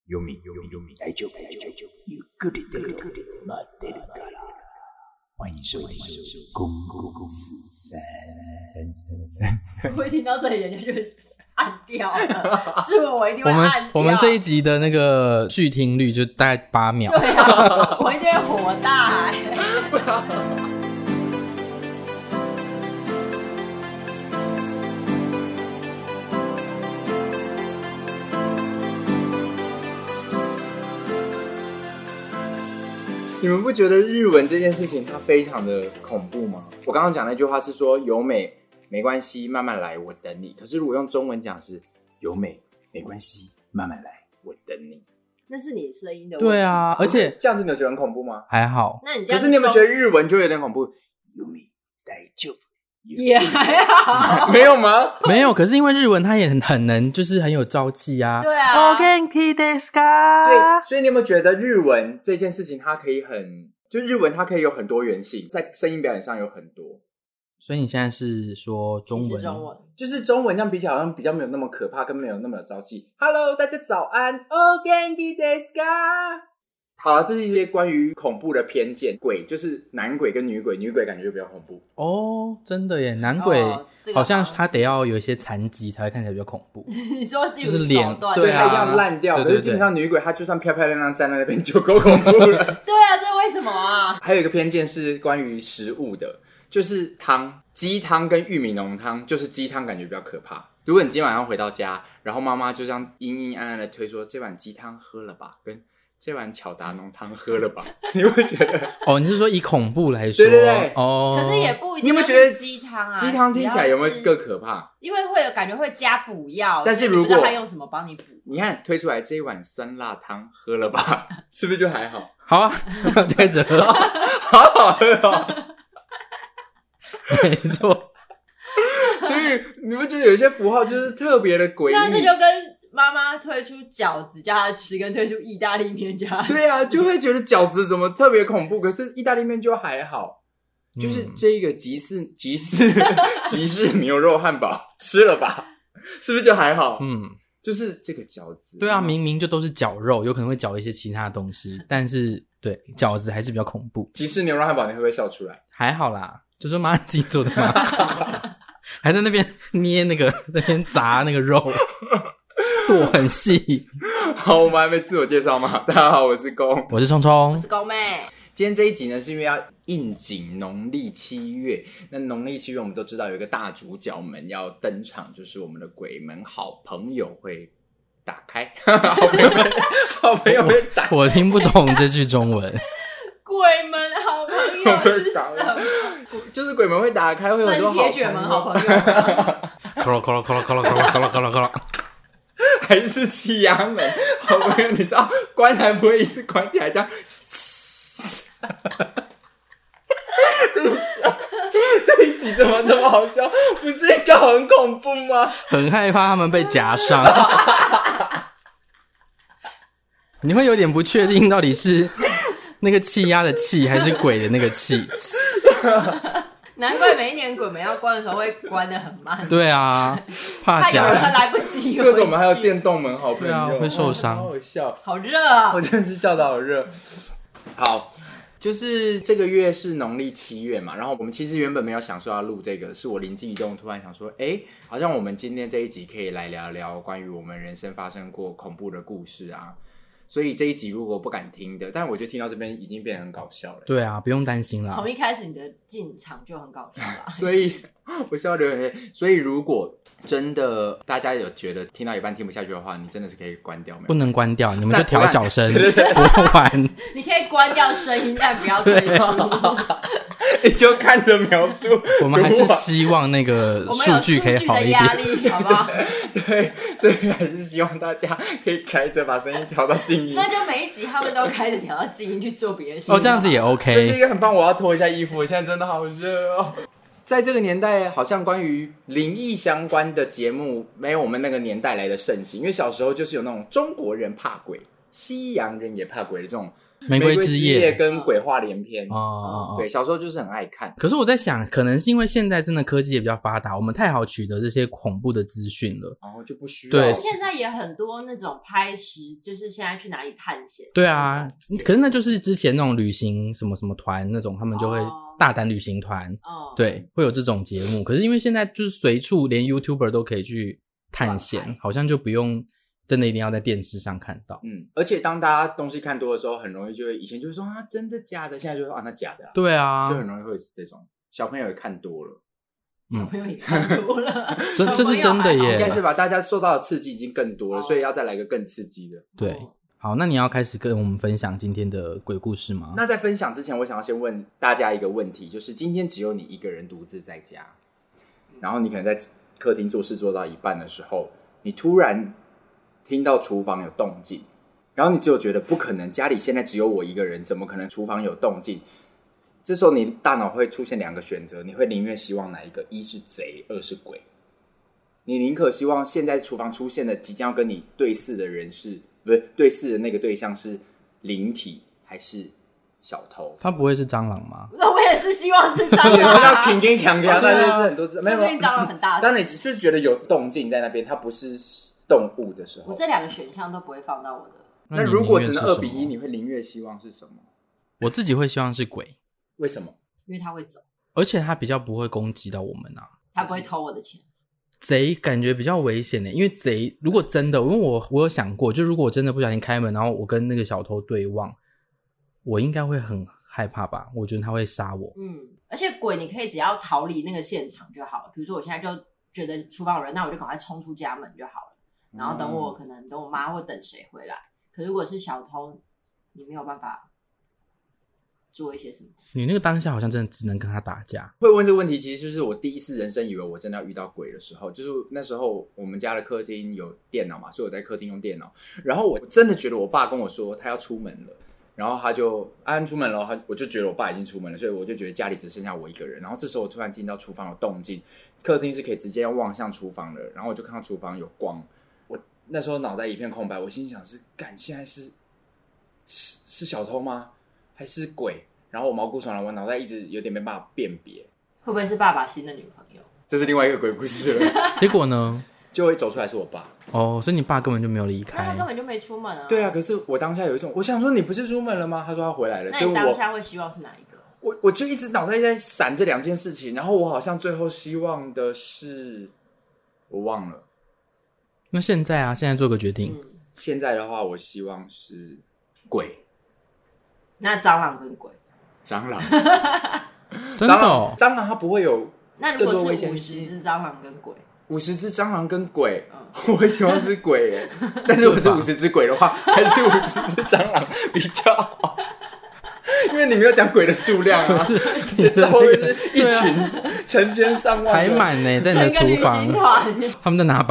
読み大丈夫ゆっくりで待ってるから欢迎收听公共333 我一听到这里人家就按掉了，是我一定会按掉。 我们这一集的那个续听率就大概8秒。 对啊，我一定会火大你们不觉得日文这件事情它非常的恐怖吗？我刚刚讲那句话是说由美没关系慢慢来我等你，可是如果用中文讲是由美没关系慢慢来我等你， 那是你声音的问题。 对啊，而且这样子你有觉得很恐怖吗？ 还好。 那你这样可是你有没有觉得日文就有点恐怖？由美大丈夫也还好没有吗？ 没有，可是因为日文它也很能，就是很有朝气啊。 对啊お元気ですか？ 对，所以你有没有觉得日文这件事情它可以就日文它可以有很多元性，在声音表演上有很多。 所以你现在是说中文？ 中文就是中文这样比起来好像比较没有那么可怕，跟没有那么有朝气。Hello， 大家早安。お元気ですか？好了，这是一些关于恐怖的偏见。鬼就是男鬼跟女鬼，女鬼感觉就比较恐怖。 哦，真的耶，男鬼好像他得要有一些残疾才会看起来比较恐怖。 你说就是脸对， 对啊， 他一定要烂掉。 对对对， 可是基本上女鬼她就算漂漂亮亮站在那边就够恐怖了。 对啊，这为什么啊？ 还有一个偏见是关于食物的，就是汤，鸡汤跟玉米浓汤，就是鸡汤感觉比较可怕。如果你今天晚上回到家，然后妈妈就这样阴阴暗暗的推说这碗鸡汤喝了吧，跟这碗巧达浓汤喝了吧，你会觉得哦，你是说以恐怖来说？ 对对对， 哦， 可是也不一定。 你有没有觉得鸡汤啊？ 鸡汤听起来有没有更可怕？ 因为会有感觉会加补药， 但是如果他用什么帮你补， 你看推出来这一碗酸辣汤喝了吧，是不是就还好？ 好啊，对着喝， 好好喝哦， 没错。 所以你不觉得有一些符号就是特别的诡异？ 那这就跟妈妈推出饺子叫他吃，跟推出意大利面叫他吃， 对啊，就会觉得饺子怎么特别恐怖，可是意大利面就还好。就是这个吉士牛肉汉堡吃了吧，是不是就还好？就是这个饺子， 对啊，明明就都是绞肉，有可能会绞一些其他东西，但是对饺子还是比较恐怖。 吉士牛肉汉堡你会不会笑出来？ 还好啦，就说妈自己做的嘛，还在那边捏那边砸那个肉，剁很细。 好，我们还没自我介绍吗？大家好，我是公， 我是聪聪， 我是公妹。 今天这一集呢，是因为要应景农历7月。那农历7月，我们都知道有一个大主角们要登场，就是我们的鬼门好朋友会打开，好朋友会打开。 我听不懂这句中文。 鬼门好朋友是什么？ 就是鬼门会打开，会有很多铁卷门好朋友。 还是气压门好朋友？你知道关还不会一次关起来这样。这一集怎么这么好笑？不是应该很恐怖吗？ 很害怕他们被夹伤。你会有点不确定到底是那个气压的气还是鬼的那个气。 难怪每一年鬼门要关的时候会关得很慢。 对啊，怕夹有人来不及。 各种我们还有电动门好朋友， 对啊，会受伤。 好好笑， 好热啊！ 我真的是笑到好热。好。就是这个月是农历7月嘛，然后我们其实原本没有想说要录这个，是我灵机一动，突然想说，好像我们今天这一集可以来聊聊关于我们人生发生过恐怖的故事啊。所以这一集如果不敢听的，但我觉得听到这边已经变得很搞笑了。 对啊，不用担心啦。 从一开始你的进场就很搞笑啦。 所以我是要留言。所以如果真的大家有觉得听到一半听不下去的话，你真的是可以关掉。 不能关掉，你们就调小声，不玩。 你可以关掉声音，但不要推出。 你就看着描述。 我们还是希望那个数据可以好一点。 我们有数据的压力，好不好？ 对，所以还是希望大家可以开着把声音调到静音。 那就每一集他们都开着调到静音去做别的事。 哦，这样子也 OK。 这是一个很棒，我要脱一下衣服，我现在真的好热哦。在这个年代，好像关于灵异相关的节目没有我们那个年代来的盛行，因为小时候就是有那种中国人怕鬼。 西洋人也怕鬼的这种玫瑰之夜跟鬼话连篇对， 小时候就是很爱看。 可是我在想，可能是因为现在真的科技也比较发达，我们太好取得这些恐怖的资讯了， 然后就不需要。 对， 现在也很多那种拍实，就是现在去哪里探险。 对啊，可是那就是之前那种旅行什么什么团那种，他们就会大胆旅行团，对，会有这种节目。可是因为现在就是随处连 YouTuber 都可以去探险，好像就不用真的一定要在电视上看到。 而且当大家东西看多的时候，很容易就会以前就会说啊真的假的，现在就说啊那假的啊。 对啊， 就很容易会是这种小朋友也看多了。 小朋友也看多了， 这是真的耶， 应该是吧？大家受到的刺激已经更多了，所以要再来一个更刺激的。 对，好，那你要开始跟我们分享今天的鬼故事吗？ 那在分享之前，我想要先问大家一个问题，就是今天只有你一个人独自在家，然后你可能在客厅做事做到一半的时候，你突然听到厨房有动静，然后你只有觉得不可能，家里现在只有我一个人，怎么可能厨房有动静？这时候你大脑会出现两个选择，你会宁愿希望哪一个？一是贼，二是鬼。你宁可希望现在厨房出现的即将要跟你对视的人是，不是对视的那个对象是灵体还是小偷？ 他不会是蟑螂吗？ 那我也是希望是蟑你螂， 要铿铿锵锵，但是是很多只，没有， 蟑螂很大只。 当你只是觉得有动静在那边，它不是动物的时候， 我这两个选项都不会放到我的。 那如果只能2:1，你会宁愿希望是什么？ 我自己会希望是鬼。 为什么？ 因为他会走， 而且他比较不会攻击到我们啊， 他不会偷我的钱。 贼感觉比较危险耶，因为贼如果真的，因为我有想过，就如果我真的不小心开门，然后我跟那个小偷对望，我应该会很害怕吧？我觉得他会杀我。 而且鬼你可以只要逃离那个现场就好了。比如说我现在就觉得厨房有人，那我就赶快冲出家门就好了，然后等我妈或等谁回来。可如果是小偷，你没有办法做一些什么。 你那个当下好像真的只能跟他打架。 会问这个问题，其实就是我第一次人生以为我真的要遇到鬼的时候，就是那时候我们家的客厅有电脑嘛，所以我在客厅用电脑，然后我真的觉得我爸跟我说他要出门了，然后他就安出门了，我就觉得我爸已经出门了，所以我就觉得家里只剩下我一个人。然后这时候我突然听到厨房有动静，客厅是可以直接望向厨房的，然后我就看到厨房有光，我那时候脑袋一片空白，我心想是干，现在是小偷吗？还是鬼？然后我毛骨悚然，我脑袋一直有点没办法辨别， 会不会是爸爸新的女朋友？ 这是另外一个鬼故事了。 结果呢， 就会走出来是我爸。 哦，所以你爸根本就没有离开。 那他根本就没出门啊。 对啊，可是我当下有一种，我想说你不是出门了吗？他说他回来了。 那你当下会希望是哪一个？ 我就一直脑袋在闪这两件事情，然后我好像最后希望的是，我忘了。 那现在做个决定。 现在的话，我希望是鬼。 那蟑螂跟鬼？ 蟑螂， 真的哦？ 蟑螂它不会有。 那如果是50只蟑螂跟鬼 ，50只蟑螂跟鬼，我会希望是鬼耶。但是如果是50只鬼的话，还是50只蟑螂比较好。因为你没有讲鬼的数量啊，现在会不会是一群成千上万排满呢，在你的厨房，他们在拿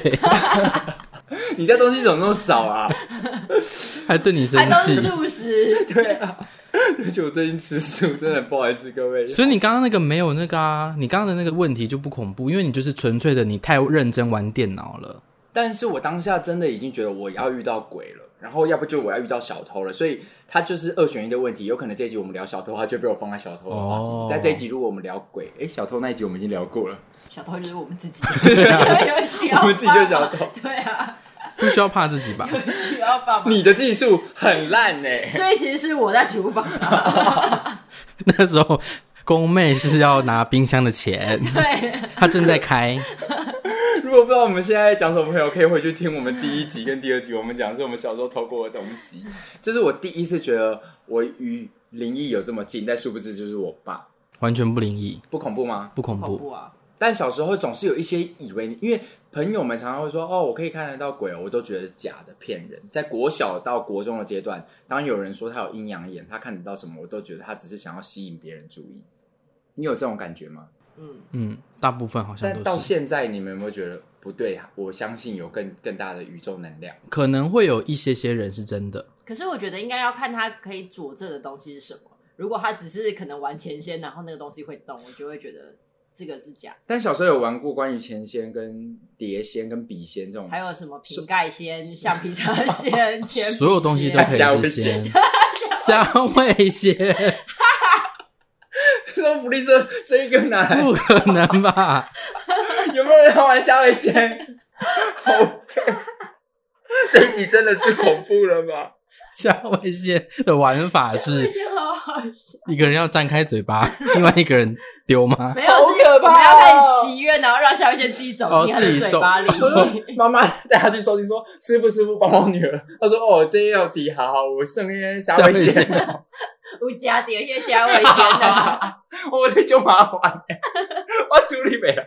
buffet。 你家东西怎么那么少啊？ 还对你生气？ 还都是素食。 对啊，而且我最近吃素，真的不好意思各位。 所以你刚刚那个没有那个你刚刚的那个问题就不恐怖，因为你就是纯粹的你太认真玩电脑了。 但是我当下真的已经觉得我要遇到鬼了，然后要不就我要遇到小偷了，所以它就是2选1的问题。有可能这一集我们聊小偷的话，就被我放在小偷的话题。但这一集如果我们聊鬼，小偷那一集我们已经聊过了。 小偷就是我们自己， 我们自己就是小偷。 对啊。 不需要怕自己吧？ 需要爸爸。 你的技术很烂欸。 所以其实是我在厨房。 那时候宫妹是要拿冰箱的钱， 对， 她正在开。 如果不知道我们现在在讲什么，朋友可以回去听我们第1集跟第2集，我们讲的是我们小时候偷过的东西。这是我第一次觉得我与灵异有这么近，但殊不知就是我爸。 完全不灵异。 不恐怖吗？ 不恐怖。 恐怖啊。但小时候总是有一些以为，因为朋友们常常会说我可以看得到鬼我都觉得是假的骗人。在国小到国中的阶段，当有人说他有阴阳眼，他看得到什么，我都觉得他只是想要吸引别人注意。你有这种感觉吗？ 大部分好像都是。 但到现在你们有没有觉得不对？我相信有更大的宇宙能量。 可能会有一些人是真的， 可是我觉得应该要看他可以佐证的东西是什么。如果他只是可能玩前线，然后那个东西会动，我就会觉得这个是假的。 但小时候有玩过关于钱仙跟碟仙跟笔仙这种， 还有什么瓶盖仙、橡皮擦仙、铅笔仙所有东西都可以是仙，香味仙。 说福利社这一个哪来？ 不可能吧？ 有没有人要玩虾味仙？好废！这一集真的是恐怖了吧？ 香味仙的玩法是一个人要张开嘴巴，另外一个人丢吗？ 没有，是我们要开始祈愿，然后让香味仙自己走进他的嘴巴里。 妈妈带他去收听说：“师傅，帮我女儿。”他说：“哦，这要底好，我剩那些虾味仙。” 有加点些香味仙的， 我这就麻烦了，我处理不来。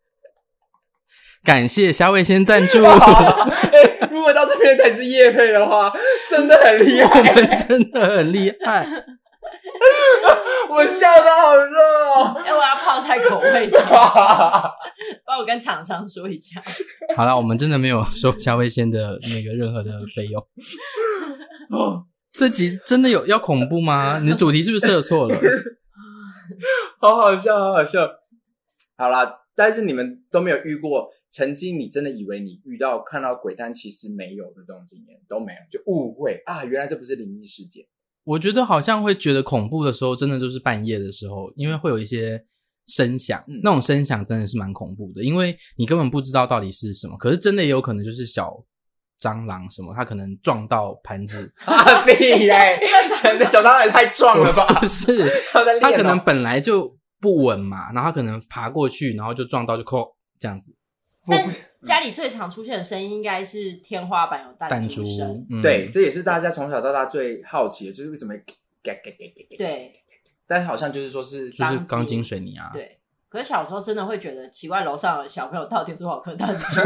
感谢虾味仙赞助。 如果到这边才是业配的话，真的很厉害， 我们真的很厉害。 我笑得好热哦！ 我要泡菜口味的，帮我跟厂商说一下。 好了，我们真的没有收虾味仙的那个任何的费用。这集真的有要恐怖吗？你的主题是不是设错了？ 好好笑，好好笑。好啦，但是你们都没有遇过曾经你真的以为你看到鬼，但其实没有的这种经验都没有，就误会啊，原来这不是灵异事件。 我觉得好像会觉得恐怖的时候，真的就是半夜的时候，因为会有一些声响，那种声响真的是蛮恐怖的，因为你根本不知道到底是什么，可是真的也有可能就是小蟑螂什么，它可能撞到盘子啊！屁耶！真的小蟑螂也太壮了吧？ 不是，它可能本来就不稳嘛，然后它可能爬过去，然后就撞到就这样子。 但家里最常出现的声音应该是天花板有弹珠声， 对，这也是大家从小到大最好奇的，就是为什么对， 但好像就是说是就是钢筋水泥啊。 对，可是小时候真的会觉得奇怪，楼上的小朋友到底做好颗弹珠。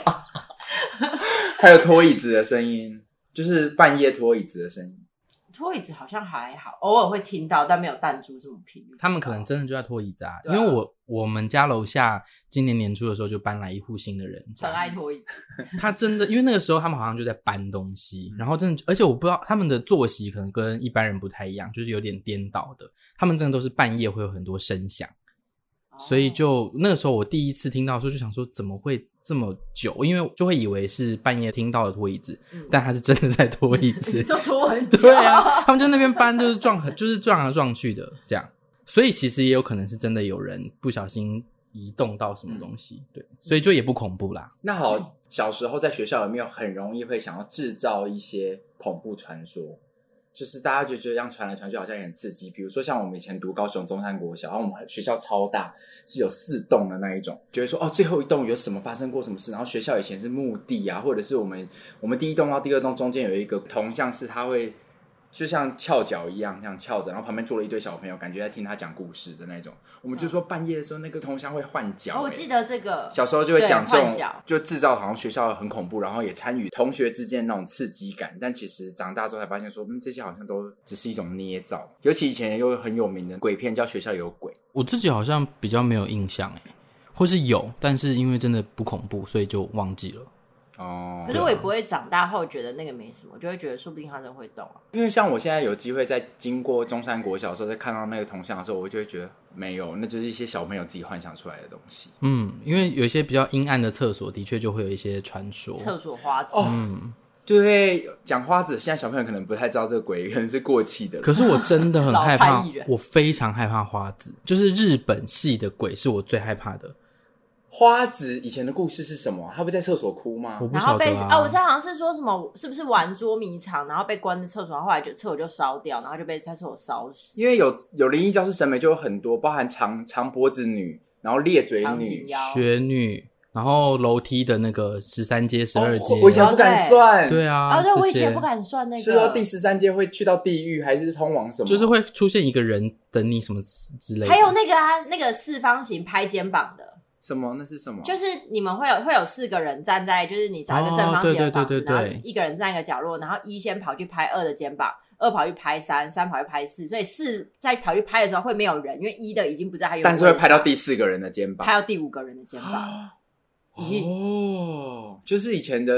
还有拖椅子的声音，就是半夜拖椅子的声音。 拖椅子好像还好，偶尔会听到，但没有弹珠这么频率。 他们可能真的就在拖椅子啊，因为我们家楼下今年年初的时候就搬来一户新的人， 很爱拖椅子。 他真的，因为那个时候他们好像就在搬东西，然后真的，而且我不知道他们的作息可能跟一般人不太一样，就是有点颠倒的。他们真的都是半夜会有很多声响，所以就那个时候我第一次听到的时候就想说怎么会这么久，因为就会以为是半夜听到的拖椅子，但他是真的在拖椅子， 就拖很久。 对啊，他们在那边搬就是撞来撞去的这样，所以其实也有可能是真的有人不小心移动到什么东西，对，所以就也不恐怖啦。 那好，小时候在学校有没有很容易会想要制造一些恐怖传说？就是大家就觉得这样传来传去好像也很刺激，比如说像我们以前读高雄中山国小，然后我们学校超大，是有4栋的那一种，觉得说最后一栋有什么发生过什么事，然后学校以前是墓地啊，或者是我们第一栋到第2栋中间有一个铜像，是它会就像翘脚一样这样翘着，然后旁边坐了一堆小朋友，感觉在听他讲故事的那种。我们就说半夜的时候那个铜像会换脚， 我记得这个小时候就会讲这种，就制造好像学校很恐怖，然后也参与同学之间那种刺激感，但其实长大之后才发现说这些好像都只是一种捏造。尤其以前又很有名的鬼片叫《学校有鬼》， 我自己好像比较没有印象或是有，但是因为真的不恐怖，所以就忘记了。 可是我也不会长大后觉得那个没什么，我就会觉得说不定它真的会动啊。 因为像我现在有机会在经过中山国小的时候，在看到那个铜像的时候，我就会觉得没有，那就是一些小朋友自己幻想出来的东西。 因为有一些比较阴暗的厕所，的确就会有一些传说。 厕所花子， 对，讲花子，现在小朋友可能不太知道这个鬼，可能是过气的。 可是我真的很害怕，我非常害怕花子，就是日本系的鬼是我最害怕的。 花子以前的故事是什么？他会在厕所哭吗？ 我不晓得我知道好像是说什么，是不是玩捉迷藏，然后被关在厕所，后来厕所就烧掉，然后就被在厕所烧死。 因为有灵异教室审美就有很多，包含长脖子女，然后咧嘴女、 雪女，然后楼梯的那个13阶、12阶， 我以前不敢算。 对啊， 对，我以前不敢算那个。 是说第13阶会去到地狱，还是通往什么？ 就是会出现一个人等你什么之类的。 还有那个那个4方形拍肩膀的。 什么？那是什么？ 就是你们会有4个人站在，就是你找一个正方形的房子，然后一个人站一个角落，然后1先跑去拍2的肩膀，2跑去拍3，3跑去拍4，所以4在跑去拍的时候会没有人，因为1的已经不在他原本， 但是会拍到第4个人的肩膀， 拍到第5个人的肩膀。 就是以前的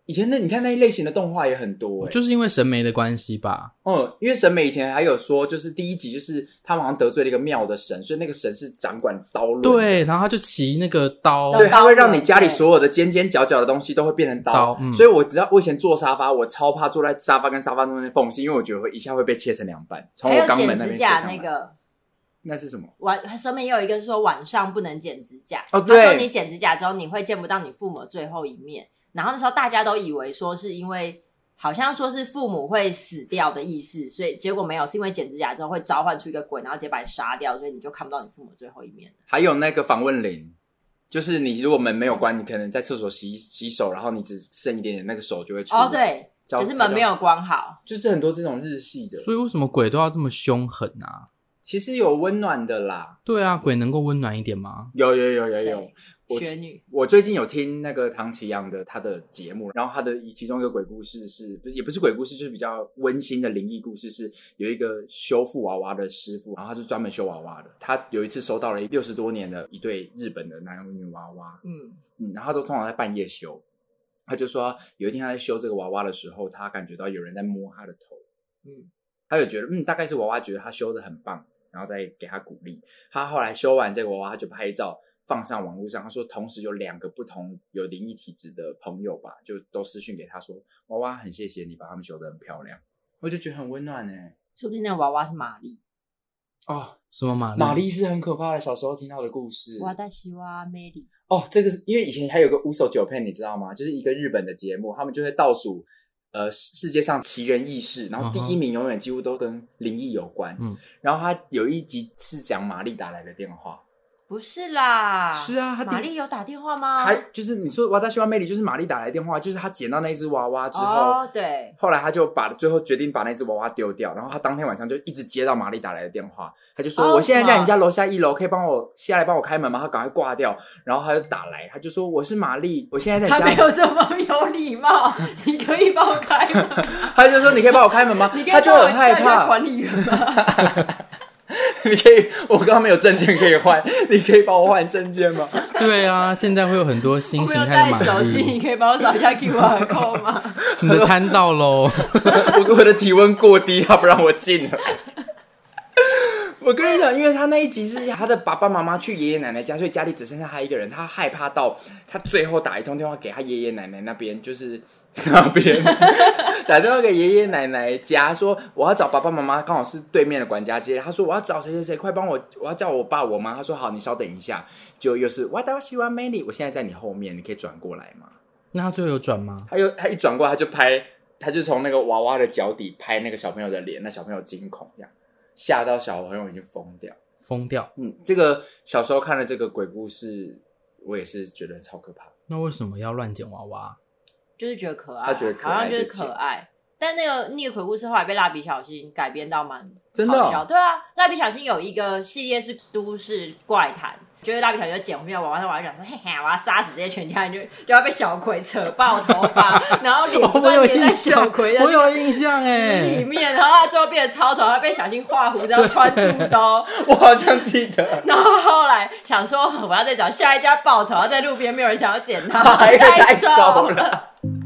以前你看那一类型的动画也很多就是因为审美的关系吧。 因为审美以前还有说，就是第一集就是他们好像得罪了一个庙的神，所以那个神是掌管刀刃， 对，然后他就骑那个刀， 对，他会让你家里所有的尖尖角角的东西都会变成刀。所以我以前坐沙发，我超怕坐在沙发跟沙发中间的缝隙，因为我觉得一下会被切成两半，从我肛门那边切上来。 还有剪指甲那个。 那是什么？ 上面也有一个说晚上不能剪指甲。 对， 他说你剪指甲之后，你会见不到你父母最后一面。然后那时候大家都以为说是因为好像说是父母会死掉的意思，所以结果没有，是因为剪指甲之后会召唤出一个鬼，然后直接把你杀掉，所以你就看不到你父母最后一面。 还有那个访问铃，就是你如果门没有关，你可能在厕所洗手，然后你只剩一点点，那个手就会出来。 对，可是门没有关好， 就是很多这种日系的。 所以为什么鬼都要这么凶狠啊？ 其实有温暖的啦。 对啊，鬼能够温暖一点吗？ 有。 雪女， 我最近有听那个唐启阳的他的节目，然后他的其中一个鬼故事也不是鬼故事，就是比较温馨的灵异故事，是有一个修复娃娃的师傅，然后他是专门修娃娃的。他有一次收到了60多年的一对日本的男女娃娃，然后他都通常在半夜修。他就说有一天他在修这个娃娃的时候，他感觉到有人在摸他的头，他就觉得大概是娃娃觉得他修得很棒，然后再给他鼓励。他后来修完这个娃娃，他就拍照放上网络上，他说同时有2个不同有灵异体质的朋友吧，就都私讯给他说，娃娃很谢谢你把他们修得很漂亮。我就觉得很温暖说不定那个娃娃是玛丽。 什么玛丽？ 玛丽是很可怕的，小时候听到的故事。 哇达西哇美丽。 这个是因为以前还有个五手九片，你知道吗？就是一个日本的节目，他们就会倒数世界上奇人异事，然后第1名永远几乎都跟灵异有关。然后他有一集是讲玛丽打来的电话。 不是啦， 是啊， 玛丽有打电话吗？ 他就是你说娃达西瓦魅力，就是玛丽打来电话，就是他捡到那只娃娃之后， 对， 后来他就最后决定把那只娃娃丢掉，然后他当天晚上就一直接到玛丽打来的电话，他就说我现在在你家楼下1楼，可以下来帮我开门吗？他赶快挂掉，然后他就打来，他就说我是玛丽，我现在在你家。 他没有这么有礼貌，你可以帮我开门吗？ 他就说你可以帮我开门吗？他就很害怕。 管理员吗？ 你可以，我刚刚没有证件可以换，你可以帮我换证件吗？ 对啊，现在会有很多新形态的玛丽。 我没有带手机，你可以帮我扫一下 QR code 吗？ 你的餐到咯。 我的体温过低，他不让我进了。我跟你讲，因为他那一集是他的爸爸妈妈去爷爷奶奶家，所以家里只剩下他一个人，他害怕到他最后打一通电话给他爷爷奶奶那边，就是那边打电话给爷爷奶奶家，说我要找爸爸妈妈，刚好是对面的管家街。他说我要找谁谁谁，快帮我，我要叫我爸我妈。他说好，你稍等一下。就又是我到喜欢美丽，我现在在你后面，你可以转过来吗？ 那他最后有转吗？ 他一转过来，他就从那个娃娃的脚底拍那个小朋友的脸，那小朋友惊恐，这样吓到小朋友已经疯掉。这个小时候看了这个鬼故事，我也是觉得超可怕。 那为什么要乱捡娃娃？ 就是觉得可爱， 他觉得可爱， 好像就是可爱。但那个鬼故事后来被蜡笔小新改编到蛮真的对啊，蜡笔小新有一个系列是都市怪谈，就是蜡笔小新就捡回来娃娃，那娃娃就讲说嘿嘿，我要杀死这些全家人，就要被小葵扯爆头发，然后脸不断黏在小葵的我有印象里面，然后他最后变成超丑，他被小新画胡子，然后穿肚兜， 我好像记得。 然后后来想说我要再找下一家报仇，在路边没有人想要捡他， 太丑了。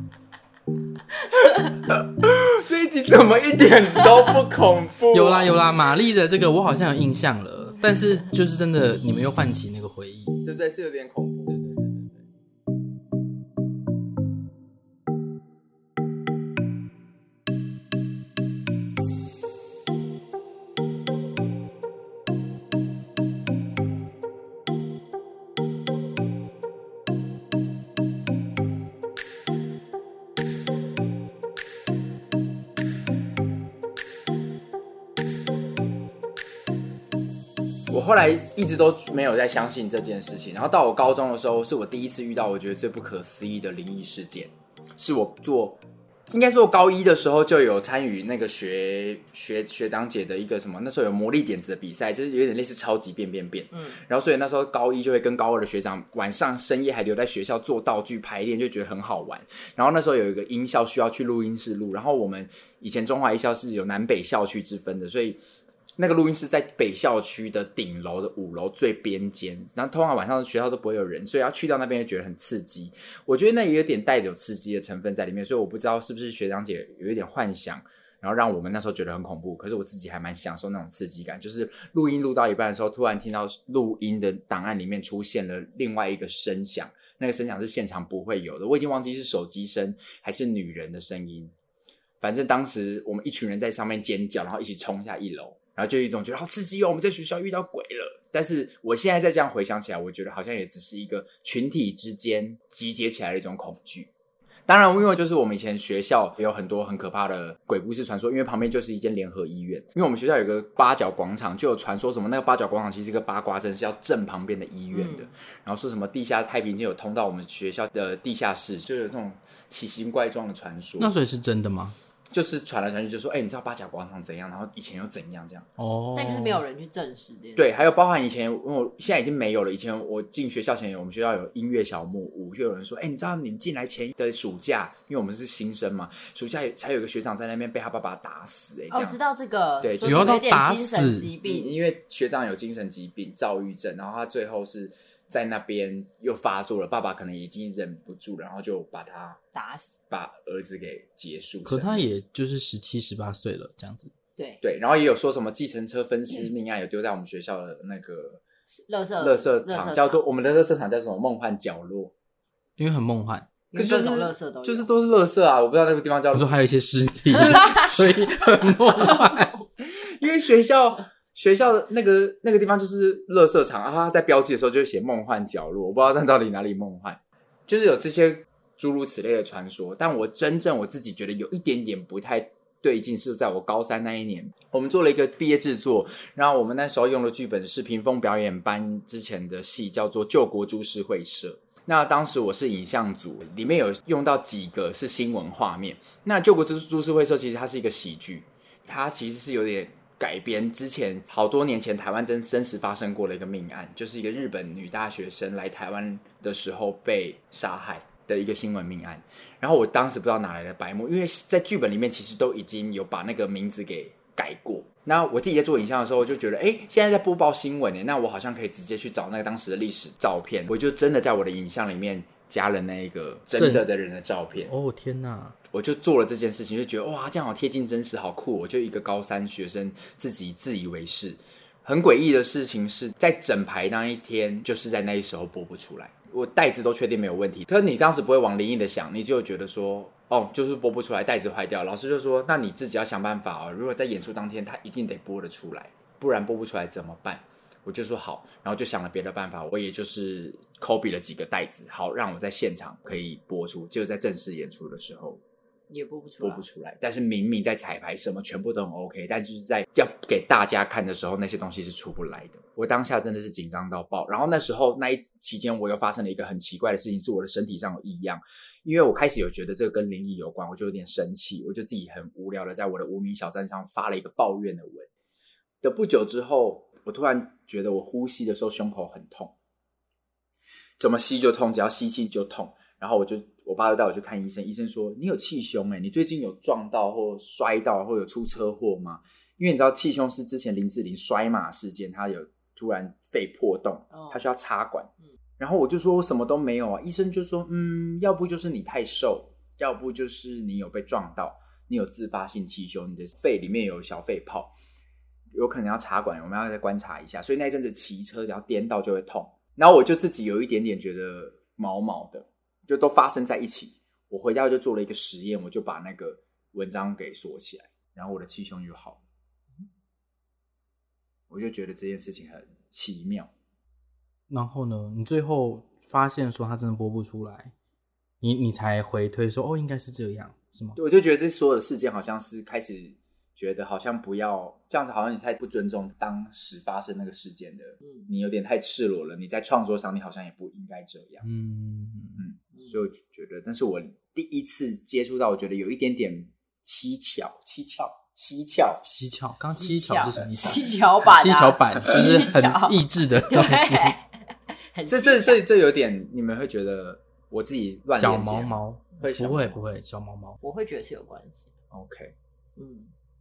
这一集怎么一点都不恐怖？ 有啦，玛丽的这个我好像有印象了，但是就是真的，你们又唤起那个回忆， 对不对？是有点恐怖。我后来一直都没有在相信这件事情，然后到我高中的时候，是我第一次遇到我觉得最不可思议的灵异事件。是我应该说我高1的时候就有参与那个学长姐的一个什么，那时候有魔力点子的比赛，就是有点类似超级变，然后所以那时候高1就会跟高2的学长晚上深夜还留在学校做道具排练，就觉得很好玩。然后那时候有一个音效需要去录音室录，然后我们以前中华艺校是有南北校区之分的，所以那个录音室在北校区的顶楼的5楼最边间，然后通常晚上学校都不会有人，所以要去到那边就觉得很刺激。我觉得那也有点带有刺激的成分在里面，所以我不知道是不是学长姐有一点幻想，然后让我们那时候觉得很恐怖，可是我自己还蛮享受那种刺激感，就是录音录到一半的时候，突然听到录音的档案里面出现了另外一个声响，那个声响是现场不会有的，我已经忘记是手机声还是女人的声音，反正当时我们一群人在上面尖叫，然后一起冲下1楼，然后就有一种觉得好刺激哦，我们在学校遇到鬼了。但是我现在再这样回想起来，我觉得好像也只是一个群体之间集结起来的一种恐惧。当然因为就是我们以前学校也有很多很可怕的鬼故事传说，因为旁边就是一间联合医院，因为我们学校有个八角广场，就有传说什么那个八角广场其实是一个八卦阵，是要正旁边的医院的，然后说什么地下太平间有通到我们学校的地下室，就有这种奇形怪状的传说。 那所以是真的吗？ 就是传来传去就说你知道八甲广场怎样，然后以前又怎样这样。 但就是没有人去证实这件事。 对，还有包含以前我现在已经没有了，以前我进学校前我们学校有音乐小木屋，就有人说你知道你们进来前的暑假，因为我们是新生嘛，暑假才有一个学长在那边被他爸爸打死这样。 知道这个。 对， 有到打死， 精神疾病， 因为学长有精神疾病躁郁症，然后他最后是在那边又发作了，爸爸可能已经忍不住了，然后就把他打死， 把儿子给结束。 可他也就是17、18岁了这样子。 对， 然后也有说什么计程车分尸命案有丢在我们学校的那个垃圾场，叫做我们的垃圾场叫什么梦幻角落， 因为很梦幻， 各种垃圾都有， 就是都是垃圾啊，我不知道那个地方叫。 我说还有一些尸体，所以很梦幻。 因为学校的那个地方就是垃圾场，然后他在标记的时候就会写梦幻角落，我不知道那到底哪里梦幻，就是有这些诸如此类的传说。但我真正我自己觉得有一点点不太对劲，是在我高3那一年，我们做了一个毕业制作，然后我们那时候用的剧本是屏风表演班之前的戏，叫做救国株式会社。那当时我是影像组，里面有用到几个是新闻画面。那救国株式会社其实它是一个喜剧，它其实是有点改编之前好多年前台湾真实发生过的一个命案，就是一个日本女大学生来台湾的时候被杀害的一个新闻命案。然后我当时不知道哪来的白目，因为在剧本里面其实都已经有把那个名字给改过。那我自己在做影像的时候，我就觉得现在在播报新闻那我好像可以直接去找那个当时的历史照片，我就真的在我的影像里面加了那个真的人的照片。 天哪！ 我就做了这件事情，就觉得哇，这样好贴近真实，好酷。我就一个高3学生自己自以为是。很诡异的事情是在整排那一天，就是在那一时候播不出来，我袋子都确定没有问题，可是你当时不会往灵异的想，你就觉得说就是播不出来，袋子坏掉。老师就说那你自己要想办法如果在演出当天他一定得播得出来，不然播不出来怎么办？我就说好，然后就想了别的办法，我也就是copy了几个袋子，好让我在现场可以播出，结果在正式演出的时候也播不出来。 但是明明在彩排什么全部都很 OK， 但就是在要给大家看的时候，那些东西是出不来的。我当下真的是紧张到爆。然后那时候那一期间，我又发生了一个很奇怪的事情，是我的身体上有异样，因为我开始有觉得这个跟灵异有关，我就有点生气，我就自己很无聊的在我的无名小站上发了一个抱怨的文。的不久之后，我突然觉得我呼吸的时候胸口很痛，怎么吸就痛，只要吸气就痛。然后我爸就带我去看医生，医生说你有气胸你最近有撞到或摔到或有出车祸吗？因为你知道气胸是之前林志玲摔马事件，他有突然肺破洞，他需要插管。然后我就说我什么都没有啊，医生就说要不就是你太瘦，要不就是你有被撞到，你有自发性气胸，你的肺里面有小肺泡，有可能要插管，我们要再观察一下。所以那一阵子骑车只要颠到就会痛，然后我就自己有一点点觉得毛毛的，就都发生在一起。我回家就做了一个实验，我就把那个文章给锁起来，然后我的气胸就好了。我就觉得这件事情很奇妙。 然后呢，你最后发现说他真的播不出来，你才回推说应该是这样，是吗？ 对，我就觉得这所有的事件好像是开始觉得好像不要这样子，好像你太不尊重当时发生那个事件的，你有点太赤裸了，你在创作上你好像也不应该这样。所以我觉得，但是我第一次接触到，我觉得有一点点蹊跷。 刚刚蹊跷是什么意思？ 蹊跷版就是很益智的东西。 这有点，你们会觉得我自己乱连接小毛毛？不会，小毛毛， 我会觉得是有关系。 OK，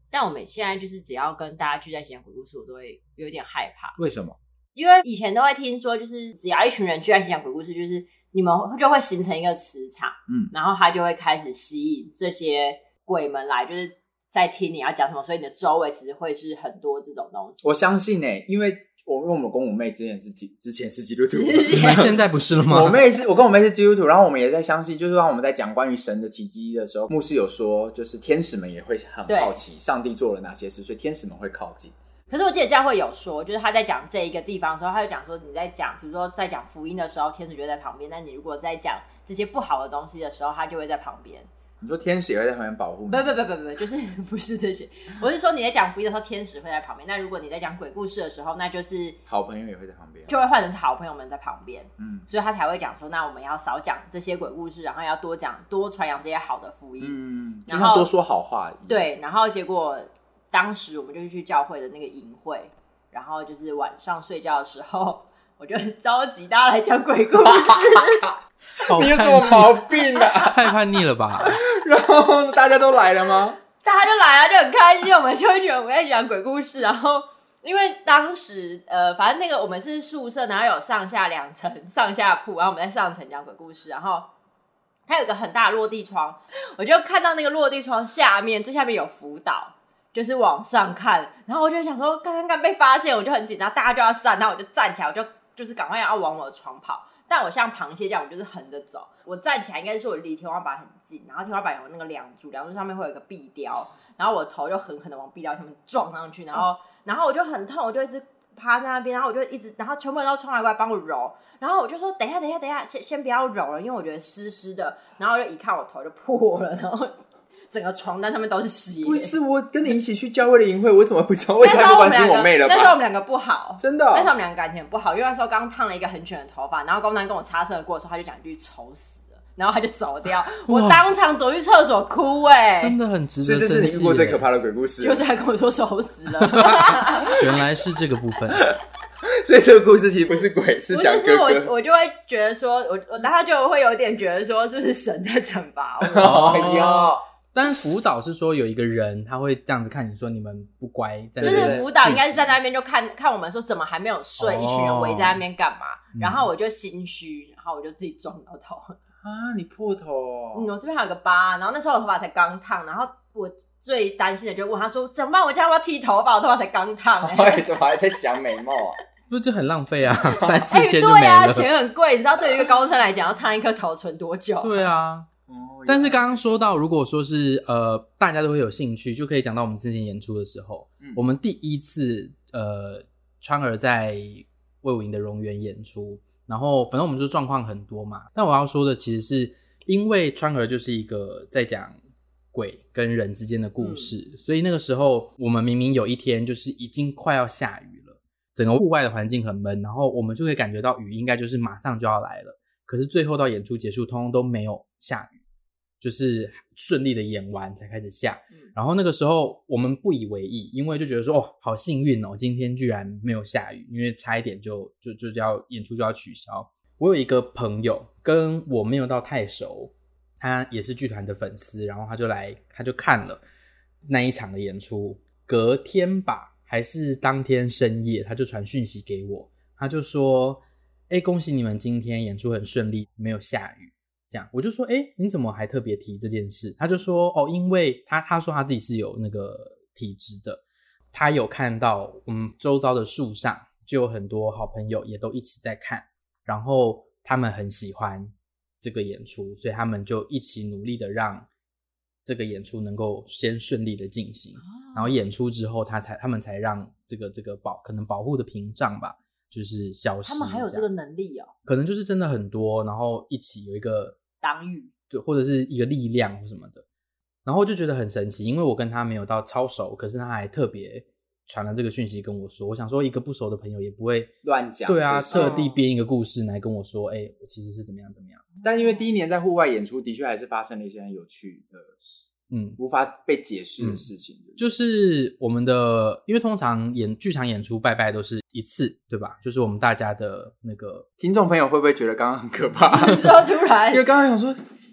但我们现在就是只要跟大家聚在一起讲鬼故事，我都会有点害怕。 为什么？ 因为以前都会听说，就是只要一群人聚在一起讲鬼故事，就是你们就会形成一个磁场，然后它就会开始吸引这些鬼们来，就是在听你要讲什么，所以你的周围其实会是很多这种东西。 我相信因为我们公我妹之前是基督徒， 你们现在不是了吗？ 我跟我妹是基督徒，然后我们也在相信，就是让我们在讲关于神的奇迹的时候，牧师有说，就是天使们也会很好奇上帝做了哪些事，所以天使们会靠近。 可是我记得教会有说，就是他在讲这一个地方的时候，他就讲说你在讲，比如说在讲福音的时候，天使就会在旁边；但你如果在讲这些不好的东西的时候，他就会在旁边。 你说天使也会在旁边保护你？ 不，就是不是这些。我是说你在讲福音的时候，天使会在旁边；那如果你在讲鬼故事的时候，那就是好朋友也会在旁边， 就会换成是好朋友们在旁边。所以他才会讲说，那我们要少讲这些鬼故事，然后要多传扬这些好的福音。 就像多说好话。 对，然后结果当时我们就去教会的那个营会，然后就是晚上睡觉的时候，我就召集大家来讲鬼故事。 你有什么毛病啊？ 太叛逆了吧？ 然后大家都来了吗？ 大家就来了，就很开心。我们就会觉得我们在讲鬼故事，然后因为当时反正那个我们是宿舍，然后有上下2层上下铺，然后我们在上层讲鬼故事，然后它有一个很大的落地窗，我就看到那个落地窗下面最下面有辅导，就是往上看，然后我就想说刚被发现，我就很紧张，大家就要散，然后我就站起来，我就是赶快要往我的床跑。但我像螃蟹这样，我就是横着走。我站起来应该是我离天花板很近，然后天花板有那个梁柱上面会有一个壁雕，然后我的头就狠狠的往壁雕上面撞上去，然后我就很痛，我就一直趴在那边，然后我就一直，然后全部人都冲来过来帮我揉，然后我就说等一下，先不要揉了，因为我觉得湿湿的，然后我就一看我头就破了，然后整个床单上面都是血。 不是，我跟你一起去教会的营会，我怎么不知道？我也太不关心我妹了吧？ 那时候我们两个不好， 真的。 那时候我们两个感情不好，因为那时候刚烫了一个很卷的头发，然后公男跟我擦身而过的时候，他就讲一句丑死了，然后他就走掉，我当场躲去厕所哭真的很值得生气。 所以这是你遇过最可怕的鬼故事， 就是他跟我说丑死了。 原来是这个部分。 所以这个故事其实不是鬼，是讲哥哥。 我就会觉得说，我当时就会有点觉得说，是不是神在惩罚我？ 哦但辅导是说有一个人他会这样子看你说你们不乖， 就是辅导应该是在那边就看我们说怎么还没有睡，一群人围在那边干嘛？然后我就心虚，然后我就自己撞到头啊！你破头我这边还有个疤，然后那时候我头发才刚烫，然后我最担心的就问他说怎么办？我这样要不要剃头发？我头发才刚烫怎么还在想美貌啊？ 不就很浪费啊，3-4千就没了。 对啊，钱很贵，你知道对于一个高中生来讲要烫一颗头存多久？ 对啊。但是刚刚说到，如果说是大家都会有兴趣，就可以讲到我们之前演出的时候，我们第一次川儿在魏武营的荣园演出，然后反正我们就状况很多嘛。但我要说的其实是因为川儿就是一个在讲鬼跟人之间的故事，所以那个时候我们明明有一天就是已经快要下雨了，整个户外的环境很闷，然后我们就可以感觉到雨应该就是马上就要来了，可是最后到演出结束通通都没有下雨，就是顺利的演完才开始下。然后那个时候我们不以为意，因为就觉得说好幸运哦，今天居然没有下雨，因为差一点就要演出就要取消。我有一个朋友跟我没有到太熟，他也是剧团的粉丝，然后他就看了那一场的演出，隔天吧还是当天深夜他就传讯息给我，他就说恭喜你们今天演出很顺利，没有下雨。这样我就说你怎么还特别提这件事？他就说因为他说他自己是有那个体质的，他有看到我们周遭的树上就有很多好朋友也都一起在看，然后他们很喜欢这个演出，所以他们就一起努力的让这个演出能够先顺利的进行，然后演出之后他们才让这个可能保护的屏障吧就是消失。 他们还有这个能力可能就是真的很多，然后一起有一个挡雨， 对，或者是一个力量或什么的，然后就觉得很神奇，因为我跟他没有到超熟，可是他还特别传了这个讯息跟我说，我想说一个不熟的朋友也不会乱讲， 对啊，特地编一个故事来跟我说我其实是怎么样。 但因为第一年在户外演出的确还是发生了一些很有趣的无法被解释的事情，就是我们的，因为通常剧场演出拜拜都是一次，对吧？就是我们大家的那个听众朋友会不会觉得刚刚很可怕？ 说突然， 因为刚刚想说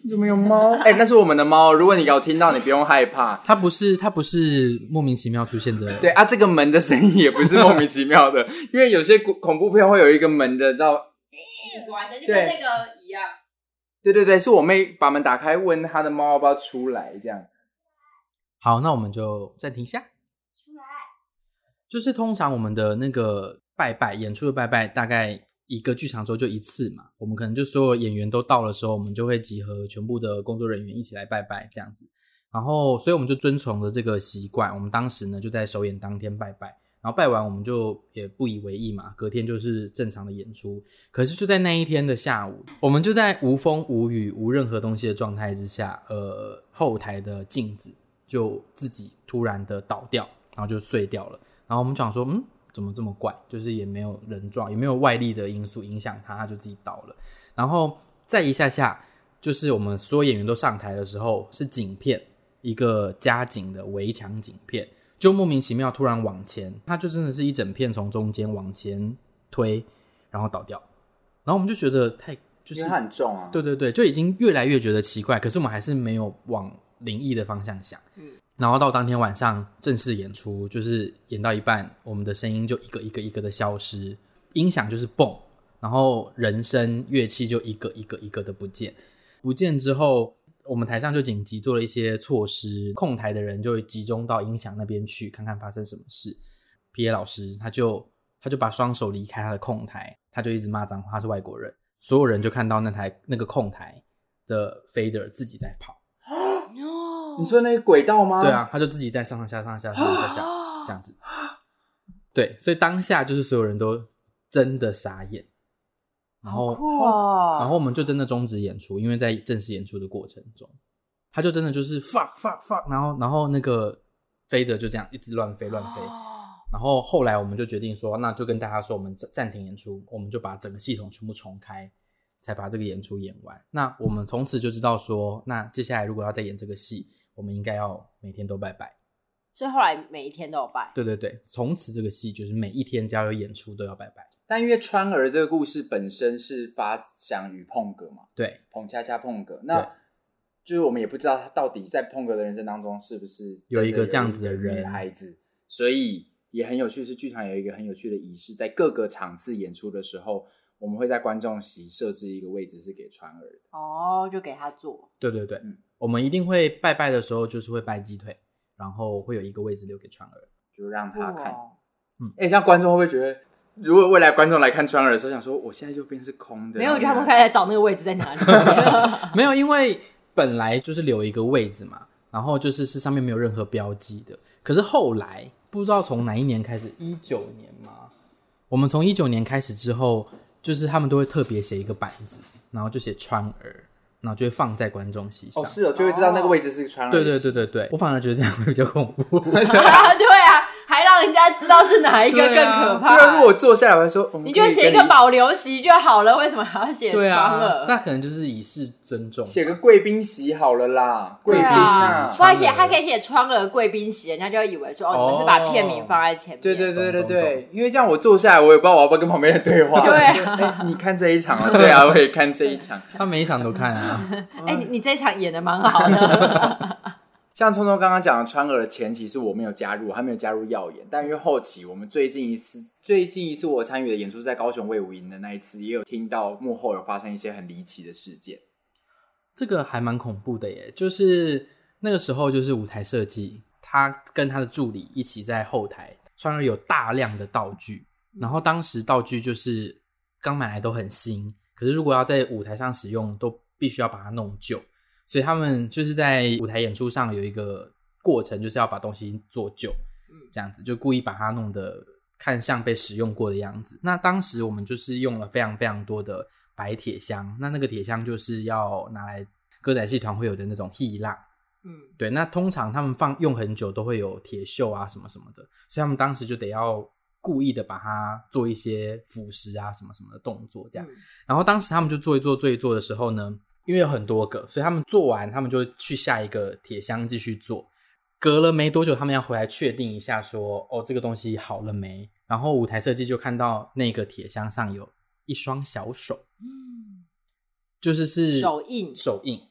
怎么有猫？那是我们的猫，如果你有听到，你不用害怕， 它不是莫名其妙出现的。 对啊，这个门的声音也不是莫名其妙的，因为有些恐怖片会有一个门的，知道？ 就跟那个一样。 对，是我妹把门打开，问她的猫要不要出来，这样。 好，那我们就暂停一下。 出来。 就是通常我们的那个演出的拜拜，大概一个剧场周就一次嘛，我们可能就所有演员都到的时候，我们就会集合全部的工作人员一起来拜拜这样子。然后所以我们就遵从了这个习惯，我们当时呢就在首演当天拜拜，然后拜完我们就也不以为意嘛，隔天就是正常的演出。可是就在那一天的下午，我们就在无风无雨无任何东西的状态之下，后台的镜子就自己突然的倒掉，然后就碎掉了。然后我们想说怎么这么怪，就是也没有人撞，也没有外力的因素影响它就自己倒了。然后再一下就是我们所有演员都上台的时候，是景片，一个加景的围墙景片，就莫名其妙突然往前，它就真的是一整片从中间往前推，然后倒掉。然后我们就觉得就是因为它很重啊。 对，就已经越来越觉得奇怪，可是我们还是没有往灵异的方向想。然后到当天晚上正式演出，就是演到一半，我们的声音就一个一个的消失，音响就是蹦，然后人声乐器就一个一个的不见之后，我们台上就紧急做了一些措施，控台的人就会集中到音响那边去看看发生什么事。PA 老师他就把双手离开他的控台，他就一直骂脏话，他是外国人，所有人就看到那个控台的 fader 自己在跑。 你说那个轨道吗？ 对啊，他就自己在上下这样子。对，所以当下就是所有人都真的傻眼，然后我们就真的终止演出，因为在正式演出的过程中，他就真的就是 fuck， 然后那个飞的就这样一直乱飞，然后后来我们就决定说，那就跟大家说我们暂停演出，我们就把整个系统全部重开，才把这个演出演完。那我们从此就知道说，那接下来如果要再演这个戏，我们应该要每天都拜拜。 所以后来每一天都有拜。 对，从此这个戏就是每一天只要有演出都要拜拜。 但因为川儿这个故事本身是发想于碰哥嘛， 对， 彭恰恰碰哥，那就是我们也不知道他到底在碰哥的人生当中是不是有一个这样子的人女孩子，所以也很有趣，是剧团有一个很有趣的仪式，在各个场次演出的时候，我们会在观众席设置一个位置是给川儿的。 就给他坐。 对，我们一定会拜拜的时候就是会拜鸡腿，然后会有一个位置留给川儿， 就让他看。这样观众会不会觉得，如果未来观众来看川儿的时候想说我现在就变是空的？ 没有，我觉得他们开始找那个位置在哪里。 没有，因为本来就是留一个位置嘛，然后就是上面没有任何标记的。可是后来不知道从哪一年开始，19年嘛，我们从19年开始之后，就是他们都会特别写一个板子，然后就写川儿，然后就会放在观众席上。 是就会知道那个位置是川儿。 对，我反而觉得这样会比较恐怖。 对啊，还让人家知道是哪一个更可怕。 对啊，如果我坐下来，我会说， 你就写一个保留席就好了，为什么还要写川儿？ 那可能就是以示尊重， 写个贵宾席好了啦。贵宾席， 不然还可以写川儿贵宾席，人家就会以为说你们是把片名放在前面。 对，因为这样我坐下来，我也不知道我要不要跟旁边人对话。对你看这一场啊，对啊，我也看这一场， 他每一场都看啊。 你这一场演的蛮好的。 像聪聪刚刚讲的川儿的前期是我没有加入，还没有加入耀眼，但因为后期我们最近一次我参与的演出在高雄卫武营的那一次，也有听到幕后有发生一些很离奇的事件。 这个还蛮恐怖的耶，就是那个时候就是舞台设计，他跟他的助理一起在后台，川儿有大量的道具，然后当时道具就是刚买来都很新，可是如果要在舞台上使用都必须要把它弄旧，所以他们就是在舞台演出上有一个过程，就是要把东西做旧，这样子就故意把它弄得看像被使用过的样子。那当时我们就是用了非常非常多的白铁箱，那个铁箱就是要拿来歌仔戏团会有的那种戏浪，对，那通常他们用很久都会有铁锈啊什么什么的，所以他们当时就得要故意的把它做一些腐蚀啊什么什么的动作这样。然后当时他们就做一做的时候呢，因为有很多个，所以他们做完他们就去下一个铁箱继续做。隔了没多久他们要回来确定一下说这个东西好了没，然后舞台设计就看到那个铁箱上有一双小手，就是手印，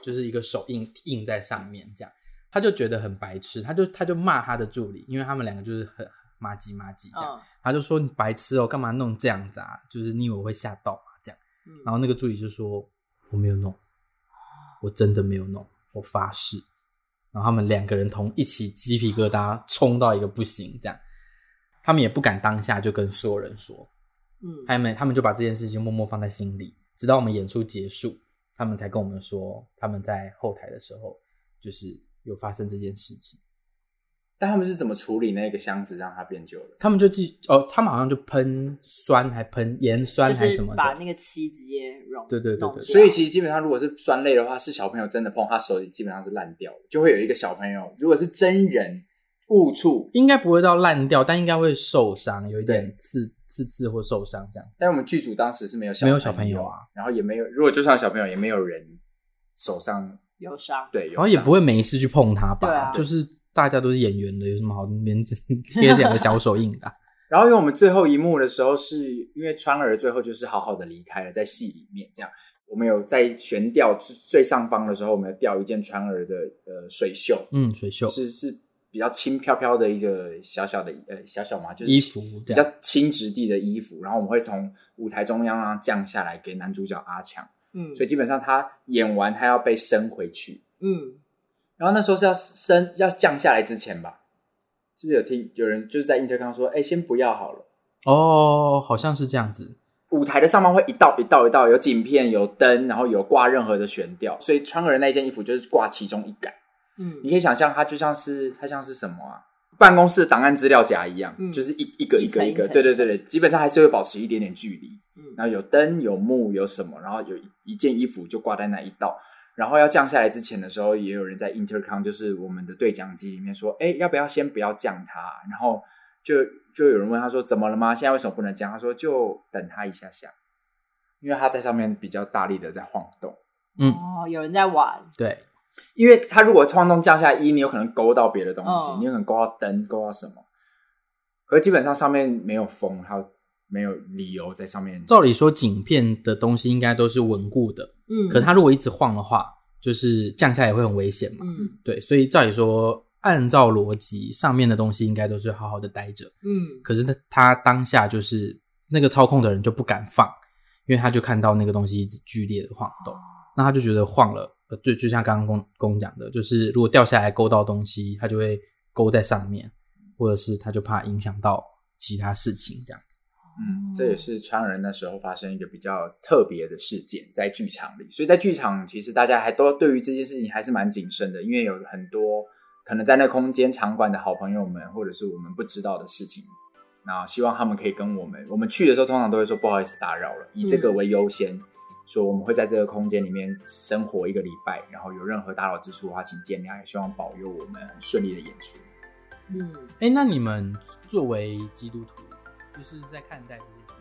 就是一个手印在上面这样。他就觉得很白痴，他就骂他的助理，因为他们两个就是很麻吉这样，他就说你白痴哦，干嘛弄这样子啊？就是你以为我会吓到吗？这样，然后那个助理就说我没有弄，我真的没有弄，我发誓。然后他们两个人一起鸡皮疙瘩冲到一个不行，这样，他们也不敢当下就跟所有人说，他们就把这件事情默默放在心里，直到我们演出结束，他们才跟我们说他们在后台的时候就是有发生这件事情。 但他们是怎么处理那个箱子让它变旧的？ 他们就他们好像就喷酸还喷盐酸还什么的， 就是把那个漆直接融。 对， 所以其实基本上如果是酸类的话，是小朋友真的碰，他手基本上是烂掉的，就会有一个小朋友，如果是真人误触， 应该不会到烂掉，但应该会受伤，有一点刺或受伤这样子。 但我们剧组当时是没有小朋友啊， 然后也没有，如果就算有小朋友，也没有人手上有伤， 对，有伤， 然后也不会没事去碰他吧？ 对啊， 就是大家都是演员的，有什么好连贴两个小手印的？ 然后因为我们最后一幕的时候，是因为川儿最后就是好好的离开了，在戏里面这样，我们有在悬吊最上方的时候，我们有吊一件川儿的水袖， 水袖是比较轻飘飘的一个小小的小嘛，就是衣服比较轻质地的衣服，然后我们会从舞台中央让它降下来给男主角阿强，所以基本上他演完他要被升回去，然后那时候是要降下来之前吧，是不是有人就是在 intercom 说先不要好了， 好像是这样子。 舞台的上方会一道有景片有灯，然后有挂任何的悬吊，所以川儿的那件衣服就是挂其中一杆，你可以想象它像是什么啊，办公室的档案资料夹一样，就是一个，对，基本上还是会保持一点点距离，然后有灯有幕有什么，然后有一件衣服就挂在那一道，然后要降下来之前的时候，也有人在 intercom 就是我们的对讲机里面说要不要先不要降它，然后就有人问他说怎么了吗？现在为什么不能降？他说就等他一下下，因为他在上面比较大力的在晃动， 有人在玩， 对， 因为他如果晃动降下来，你有可能勾到别的东西，你有可能勾到灯，勾到什么，可是基本上上面没有风，还有没有理由在上面。 照理说景片的东西应该都是稳固的，可他如果一直晃的话，就是降下来会很危险嘛，对，所以照理说按照逻辑上面的东西应该都是好好的待着，可是他当下就是那个操控的人就不敢放，因为他就看到那个东西一直剧烈的晃动，那他就觉得晃了，就像刚刚公讲的，就是如果掉下来勾到东西，他就会勾在上面，或者是他就怕影响到其他事情这样子。 这也是川儿那时候发生一个比较特别的事件在剧场里，所以在剧场其实大家还都对于这件事情还是蛮谨慎的，因为有很多可能在那空间场馆的好朋友们，或者是我们不知道的事情，那希望他们可以跟我们去的时候通常都会说不好意思打扰了，以这个为优先，说我们会在这个空间里面生活1个礼拜，然后有任何打扰之处的话请见谅，也希望保佑我们很顺利的演出。 那你们作为基督徒就是在看待这件事情。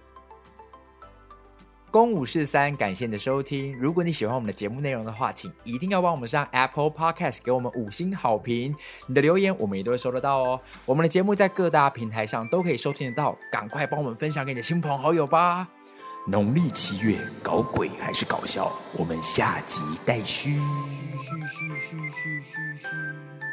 公543，感谢你的收听。如果你喜欢我们的节目内容的话，请一定要帮我们上 Apple Podcast 给我们5星好评，你的留言我们也都会收得到哦。我们的节目在各大平台上都可以收听得到，赶快帮我们分享给你的亲朋好友吧。农历7月，搞鬼还是搞笑？我们下集待续。